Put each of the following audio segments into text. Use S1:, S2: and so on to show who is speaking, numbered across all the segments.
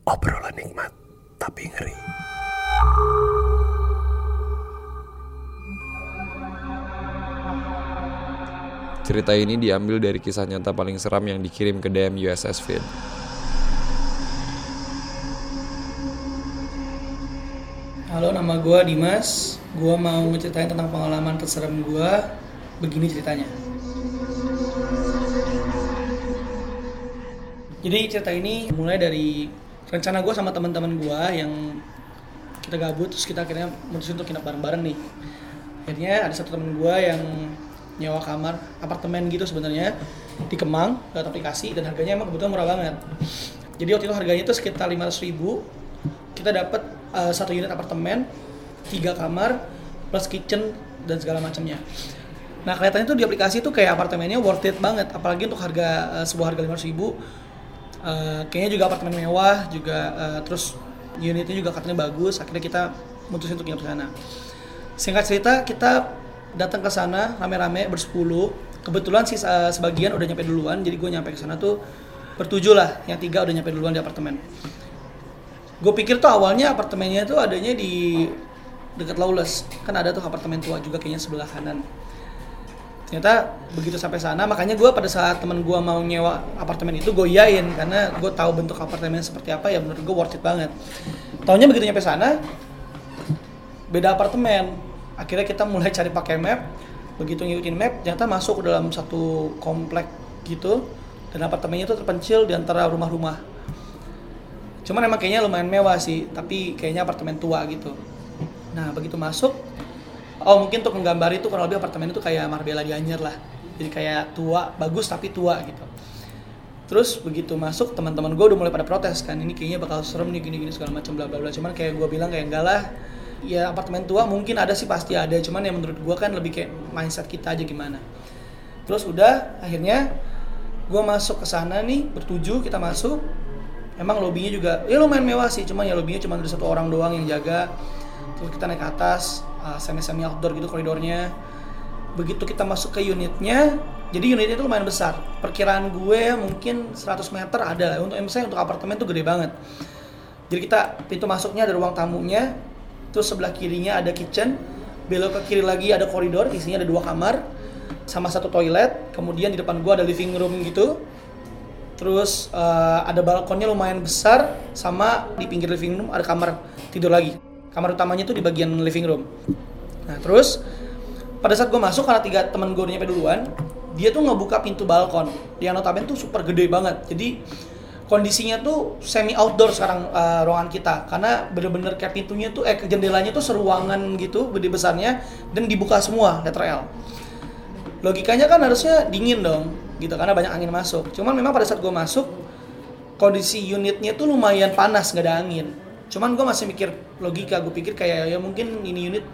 S1: Obrolan nikmat tapi ngeri.
S2: Cerita ini diambil dari kisah nyata paling seram yang dikirim ke DM USS Feed.
S3: Halo, nama gue Dimas. Gue mau ngeceritain tentang pengalaman terserem gue. Begini ceritanya. Jadi cerita ini mulai dari rencana gue sama teman-teman gue yang kita gabut, terus kita akhirnya mutusin untuk nginep bareng-bareng nih. Akhirnya ada satu teman gue yang nyewa kamar apartemen gitu sebenarnya di Kemang lewat aplikasi, dan harganya emang kebetulan murah banget. Jadi waktu itu harganya itu sekitar 500.000. Kita dapat satu unit apartemen, 3 kamar plus kitchen dan segala macamnya. Nah, kelihatannya tuh di aplikasi tuh kayak apartemennya worth it banget, apalagi untuk harga sebuah harga 500.000. Kayaknya juga apartemen mewah juga, terus unitnya juga katanya bagus. Akhirnya kita mutusin untuk nginep di sana. Singkat cerita, kita datang ke sana rame-rame bersepuluh. Kebetulan sih sebagian udah nyampe duluan, jadi gue nyampe ke sana tuh bertujuh lah. Yang 3 udah nyampe duluan di apartemen. Gue pikir tuh awalnya apartemennya tuh adanya di dekat Lawless. Kan ada tuh apartemen tua juga kayaknya sebelah kanan. Ternyata begitu sampai sana, makanya gue pada saat temen gue mau nyewa apartemen itu gue iyain, karena gue tahu bentuk apartemen seperti apa, ya menurut gue worth it banget. Taunya begitu nyampe sana beda apartemen. Akhirnya kita mulai cari pakai map. Begitu ngikutin map, ternyata masuk ke dalam satu komplek gitu, dan apartemennya itu terpencil di antara rumah-rumah. Cuman emang kayaknya lumayan mewah sih, tapi kayaknya apartemen tua gitu. Nah, begitu masuk, mungkin untuk menggambar itu kurang lebih apartemen itu kayak Marbella di Anyer lah. Jadi kayak tua, bagus tapi tua gitu. Terus begitu masuk, teman-teman gue udah mulai pada protes kan, ini kayaknya bakal serem nih, gini-gini segala macam bla bla bla. Cuman kayak gue bilang kayak enggak lah. Ya apartemen tua mungkin ada sih, pasti ada, cuman ya menurut gue kan lebih kayak mindset kita aja gimana. Terus udah, akhirnya gue masuk ke sana nih, bertujuh kita masuk. Emang lobbynya juga ya lumayan mewah sih, cuman ya lobbynya cuma ada 1 orang doang yang jaga. Terus kita naik ke atas, semi outdoor gitu koridornya. Begitu kita masuk ke unitnya, jadi unitnya itu lumayan besar. Perkiraan gue mungkin 100 meter ada lah. Misalnya untuk apartemen tuh gede banget. Jadi kita, pintu masuknya ada ruang tamunya, terus sebelah kirinya ada kitchen, belok ke kiri lagi ada koridor, isinya ada 2 kamar sama 1 toilet. Kemudian di depan gua ada living room gitu. Terus ada balkonnya lumayan besar, sama di pinggir living room ada kamar tidur lagi. Kamar utamanya tuh di bagian living room. Nah, terus pada saat gua masuk, karena 3 teman gua udah nyampe duluan, dia tuh ngebuka pintu balkon yang notabene tuh super gede banget. Jadi kondisinya tuh semi outdoor sekarang ruangan kita, karena bener-bener kayak pintunya tuh jendelanya tuh seruangan gitu gede besarnya, dan dibuka semua letter L. Logikanya kan harusnya dingin dong gitu, karena banyak angin masuk. Cuman memang pada saat gue masuk, kondisi unitnya tuh lumayan panas, gak ada angin. Cuman gue masih mikir logika, gue pikir kayak ya mungkin ini unit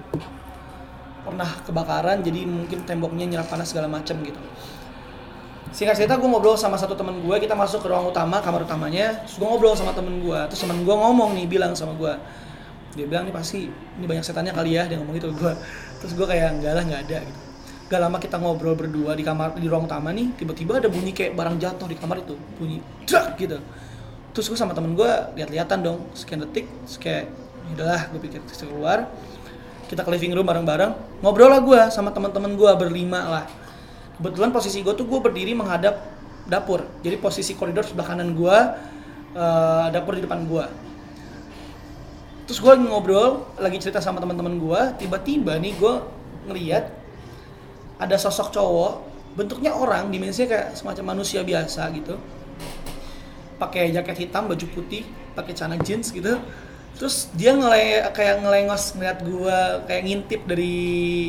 S3: pernah kebakaran, jadi mungkin temboknya nyerap panas segala macam gitu. Singkat cerita, gue ngobrol sama satu temen gue, kita masuk ke ruang utama, kamar utamanya. Terus gue ngobrol sama temen gue, terus temen gue ngomong nih, bilang sama gue, dia bilang nih pasti ini banyak setannya kali ya, dia ngomong gitu ke gue. Terus gue kayak enggak lah, nggak ada gitu. Gak lama kita ngobrol berdua di ruang utama nih, tiba-tiba ada bunyi kayak barang jatuh di kamar itu, bunyi drak gitu. Terus gue sama temen gue lihat-lihatan dong, sekian detik, terus kayak udahlah, gue pikir kita keluar, kita ke living room bareng-bareng, ngobrol lah gue sama teman-teman gue berlima lah. Kebetulan posisi gue tuh gue berdiri menghadap dapur, jadi posisi koridor sebelah kanan gue, dapur di depan gue. Terus gue ngobrol, lagi cerita sama teman-teman gue, tiba-tiba nih gue ngeliat ada sosok cowok, bentuknya orang, dimensinya kayak semacam manusia biasa gitu, pakai jaket hitam, baju putih, pakai celana jeans gitu. Terus dia kayak ngelengos ngeliat gue, kayak ngintip dari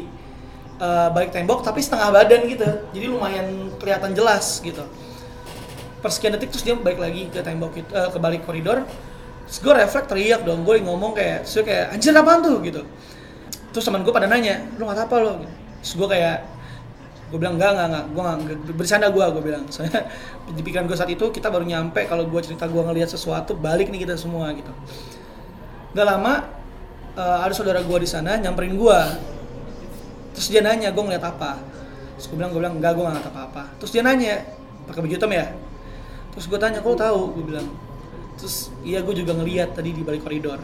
S3: balik tembok, tapi setengah badan gitu, jadi lumayan kelihatan jelas gitu. Persekian detik terus dia balik lagi ke tembok itu, ke balik koridor. Terus gue refleks teriak dong, gue ngomong kayak, terus kayak anjir apaan tuh gitu. Terus teman gue pada nanya, lu nggak apa lo? Gitu. Terus gue bilang enggak, gue nggak bercanda, gue bilang. Soalnya di pikiran gue saat itu kita baru nyampe, kalau gue cerita gue ngelihat sesuatu, balik nih kita semua gitu. Gak lama ada saudara gue di sana nyamperin gue. Terus dia nanya, gue ngeliat apa? Terus gue bilang enggak, gue nggak ngeliat apa-apa. Terus dia nanya, pakai baju hitam ya? Terus gue tanya, kok lo tahu? Gue bilang, Terus iya gue juga ngeliat tadi di balik koridor.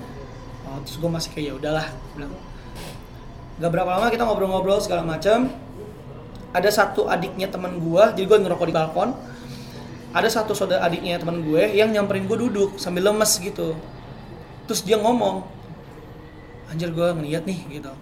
S3: Terus gue masih kayak ya udahlah, bilang. Gak berapa lama kita ngobrol-ngobrol segala macam. Ada satu adiknya teman gue, jadi gue ngerokok di balkon. Ada satu saudara adiknya teman gue yang nyamperin gue duduk sambil lemes gitu. Terus dia ngomong, anjir gue ngeliat nih gitu.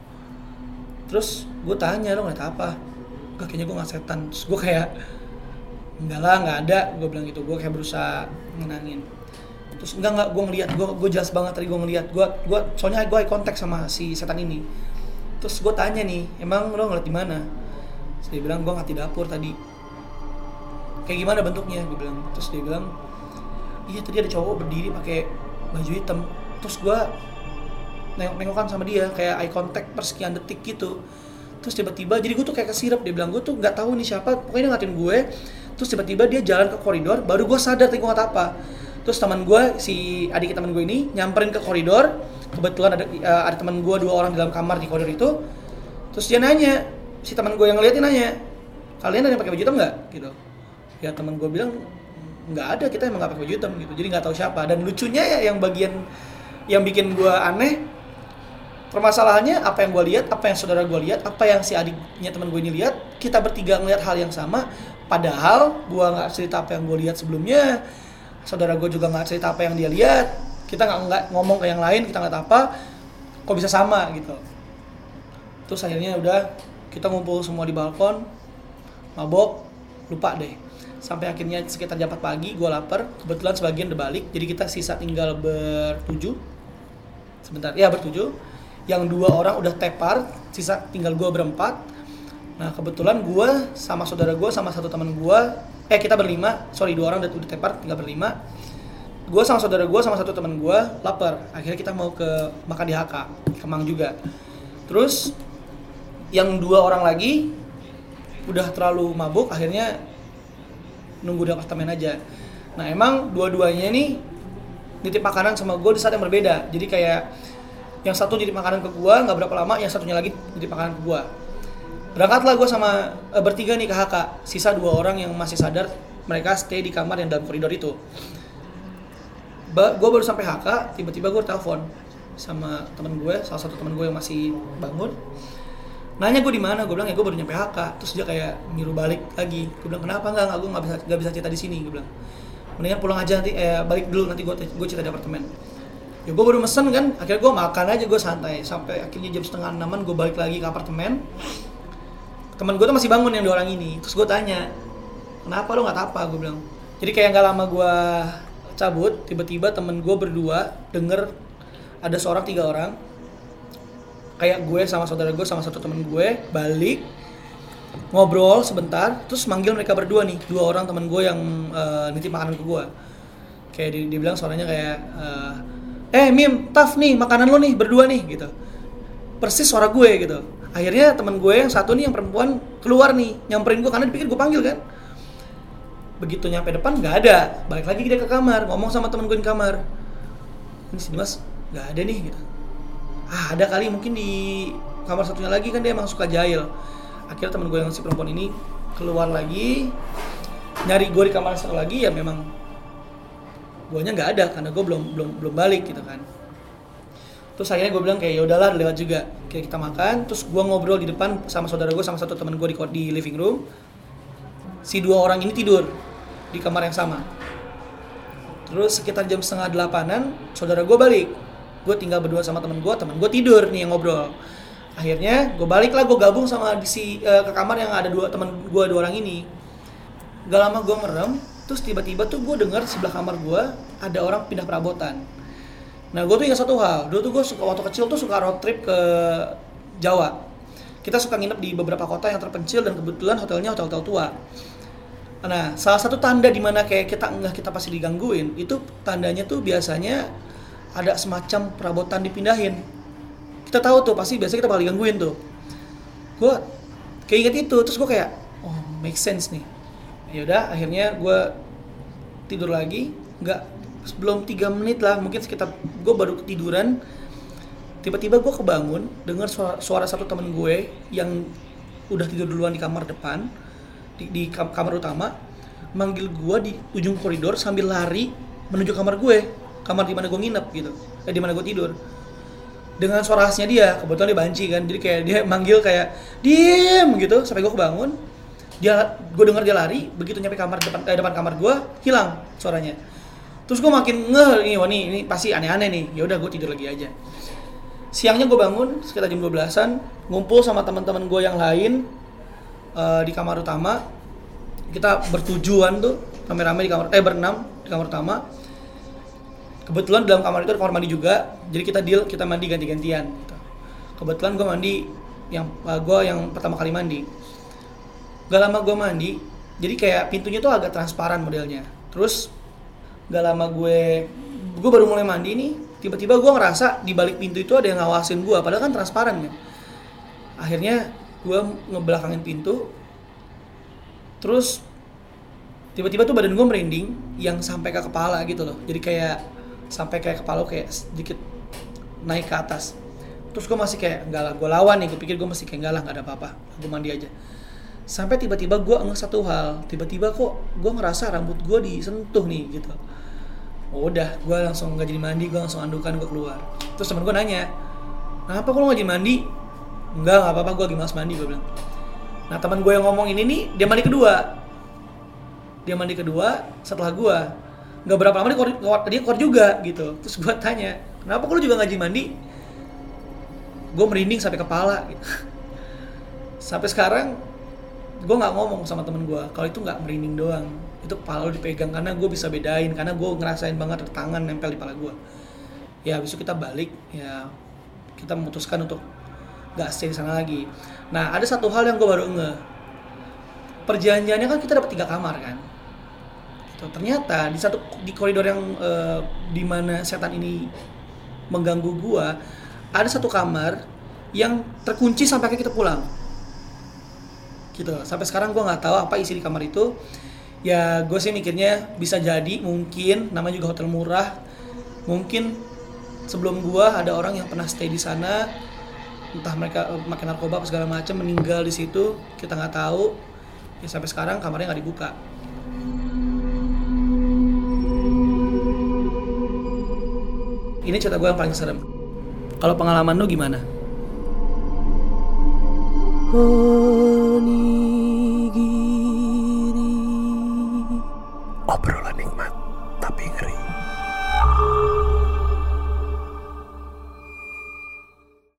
S3: Terus gue tanya, lo ngeliat apa? Gak, kayaknya gue gak setan. Terus gue kayak, enggak lah, gak ada. Gue bilang gitu, gue kayak berusaha ngenangin. Terus enggak, gue ngeliat, gue jelas banget tadi gue ngeliat. Soalnya gue eye contact sama si setan ini. Terus gue tanya nih, emang lo ngeliat di mana? Terus dia bilang, gue ngeliat di dapur tadi. Kayak gimana bentuknya? Gue bilang. Terus dia bilang, iya tadi ada cowok berdiri pakai baju hitam. Terus gue nengok-nengokan sama dia, kayak eye contact persekian detik gitu. Terus tiba-tiba, jadi gue tuh kayak kesirep. Dia bilang, gue tuh nggak tahu nih siapa, pokoknya dia ngatin gue. Terus tiba-tiba dia jalan ke koridor, baru gue sadar tadi gue ngeliat apa. Terus teman gue, si adik teman gue ini nyamperin ke koridor. Kebetulan ada teman gue 2 orang di dalam kamar di koridor itu. Terus dia nanya, si teman gue yang ngeliatin nanya, kalian ada yang pakai baju hitam nggak? Gitu. Ya teman gue bilang nggak ada, kita emang nggak pakai baju hitam gitu. Jadi nggak tahu siapa. Dan lucunya ya yang bagian yang bikin gue aneh, permasalahannya apa yang gue lihat, apa yang saudara gue lihat, apa yang si adiknya teman gue ini lihat, kita bertiga ngelihat hal yang sama. Padahal gue nggak cerita apa yang gue lihat sebelumnya, saudara gue juga nggak cerita apa yang dia lihat, kita nggak ngomong ke yang lain, kita nggak tahu apa, kok bisa sama gitu. Terus akhirnya udah kita ngumpul semua di balkon, mabok, lupa deh. Sampai akhirnya sekitar jam 4 pagi, gue lapar, kebetulan sebagian udah balik, jadi kita sisa tinggal bertujuh. Sebentar, ya bertujuh. Yang 2 orang udah tepar, sisa tinggal gue berempat. Nah kebetulan gue sama saudara gue sama satu teman gue, kita berlima, 2 orang udah tepar, tinggal berlima. Gue sama saudara gue sama satu teman gue lapar. Akhirnya kita mau ke makan di HK, Kemang juga. Terus yang 2 orang lagi udah terlalu mabuk, akhirnya nunggu di apartemen aja. Nah emang dua-duanya nih nitip makanan sama gue di saat yang berbeda. Jadi kayak yang satu nitip makanan ke gue, nggak berapa lama, yang satunya lagi nitip makanan ke gue. Berangkatlah gue sama bertiga nih ke HK. Sisa 2 orang yang masih sadar, mereka stay di kamar yang dalam koridor itu. Gue baru sampai HK, tiba-tiba gue telepon sama temen gue, salah satu temen gue yang masih bangun. Nanya gue di mana, gue bilang ya gue baru nyampe HK. Terus dia kayak nyuruh balik lagi. Gue bilang kenapa enggak, gue nggak bisa cerita di sini. Gue bilang mendingan pulang aja nanti, balik dulu nanti gue cerita di apartemen. Ya gue baru mesen kan, akhirnya gue makan aja, gue santai. Sampai akhirnya jam 5:30 gue balik lagi ke apartemen. Temen gue tuh masih bangun yang 2 orang ini. Terus gue tanya, kenapa lo nggak apa? Gue bilang. Jadi kayak nggak lama gue cabut, tiba-tiba temen gue berdua denger ada 3 orang. Kayak gue sama saudara gue sama satu temen gue balik ngobrol sebentar, terus manggil mereka berdua nih, 2 orang temen gue yang nitip makanan ke gue. Kayak dia bilang suaranya kayak Mim, Taf nih, makanan lo nih, berdua nih, gitu. Persis suara gue, gitu. Akhirnya temen gue yang satu nih, yang perempuan, keluar nih, nyamperin gue, karena dipikir gue panggil kan. Begitu nyampe depan, gak ada. Balik lagi dia ke kamar, ngomong sama temen gue di kamar. Ini si Dimas, gak ada nih, gitu. Ada kali, mungkin di kamar satunya lagi, kan dia emang suka jahil. Akhirnya temen gue yang si perempuan ini, keluar lagi, nyari gue di kamar satu lagi, ya memang guanya nggak ada karena gue belum balik gitu kan. Terus akhirnya gue bilang kayak ya udahlah lewat juga, kayak kita makan. Terus gue ngobrol di depan sama saudara gue sama satu teman gue di living room. Si 2 orang ini tidur di kamar yang sama. Terus sekitar jam 7:30 saudara gue balik. Gue tinggal berdua sama teman gue tidur nih yang ngobrol. Akhirnya gue balik lah, gue gabung sama ke kamar yang ada 2 teman gue 2 orang ini. Gak lama gue merem. Terus tiba-tiba tuh gue dengar sebelah kamar gue ada orang pindah perabotan. Nah gue tuh ingat satu hal, dulu tuh gue waktu kecil tuh suka road trip ke Jawa. Kita suka nginep di beberapa kota yang terpencil dan kebetulan hotelnya hotel-hotel tua. Nah salah satu tanda dimana kayak kita pasti digangguin, itu tandanya tuh biasanya ada semacam perabotan dipindahin. Kita tahu tuh pasti biasanya kita bakal digangguin tuh. Gue kayak inget itu, terus gue kayak oh make sense nih. Yaudah akhirnya gue tidur lagi, sebelum 3 menit lah, mungkin sekitar gue baru ketiduran, tiba-tiba gue kebangun dengar suara satu temen gue yang udah tidur duluan di kamar depan, di kamar utama, manggil gue di ujung koridor sambil lari menuju kamar di mana gue nginep gitu, di mana gue tidur. Dengan suara khasnya dia, kebetulan dia banci kan, jadi kayak dia manggil kayak diem gitu sampai gue kebangun. Gue dengar dia lari, begitu nyampe depan kamar gue hilang suaranya. Terus gue makin ini pasti aneh-aneh nih. Ya udah gue tidur lagi aja. Siangnya gue bangun sekitar jam 12-an, ngumpul sama teman-teman gue yang lain di kamar utama. Kita bertujuan tuh rame-rame berenam di kamar utama. Kebetulan dalam kamar itu ada kamar mandi juga, jadi kita mandi ganti-gantian gitu. Kebetulan gue mandi gue yang pertama kali mandi. Gak lama gue mandi, jadi kayak pintunya tuh agak transparan modelnya. Terus gak lama gue baru mulai mandi nih, tiba-tiba gue ngerasa di balik pintu itu ada yang ngawasin gue, padahal kan transparan kan. Akhirnya gue ngebelakangin pintu, terus tiba-tiba tuh badan gue merinding yang sampai ke kepala gitu loh. Jadi kayak sampai kayak kepala kayak sedikit naik ke atas. Terus gue masih kayak enggak lah, gue lawan nih, gue pikir gue masih kayak enggak lah, enggak ada apa-apa, gue mandi aja. Sampai tiba-tiba gue ngeh satu hal, tiba-tiba kok gue ngerasa rambut gue disentuh nih gitu. Udah, gue langsung nggak jadi mandi, gue langsung andukan, gue keluar. Terus temen gue nanya, kenapa kok lo nggak jadi mandi? Nggak apa-apa, gue lagi malas mandi, gue bilang. Nah teman gue yang ngomong ini nih, dia mandi kedua setelah gue. Nggak berapa lama dia keluar juga gitu. Terus gue tanya, kenapa kok lo juga nggak jadi mandi? Gue merinding sampai kepala gitu. Sampai sekarang gue nggak ngomong sama temen gue kalau itu nggak merinding doang, itu kepala lo dipegang, karena gue bisa bedain, karena gue ngerasain banget ada tangan nempel di kepala gue. Ya habis itu kita balik, ya kita memutuskan untuk nggak stay di sana lagi. Nah ada satu hal yang gue baru ngeh, perjanjiannya kan kita dapat 3 kamar kan. Ternyata di koridor yang di mana setan ini mengganggu gue, ada satu kamar yang terkunci sampai akhirnya kita pulang. Gitu. Sampai sekarang gue nggak tahu apa isi di kamar itu. Ya gue sih mikirnya bisa jadi mungkin namanya juga hotel murah. Mungkin sebelum gue ada orang yang pernah stay di sana, entah mereka makan narkoba apa segala macam, meninggal di situ, kita nggak tahu. Ya sampai sekarang kamarnya nggak dibuka. Ini cerita gue yang paling serem. Kalau pengalaman lu gimana? Honey.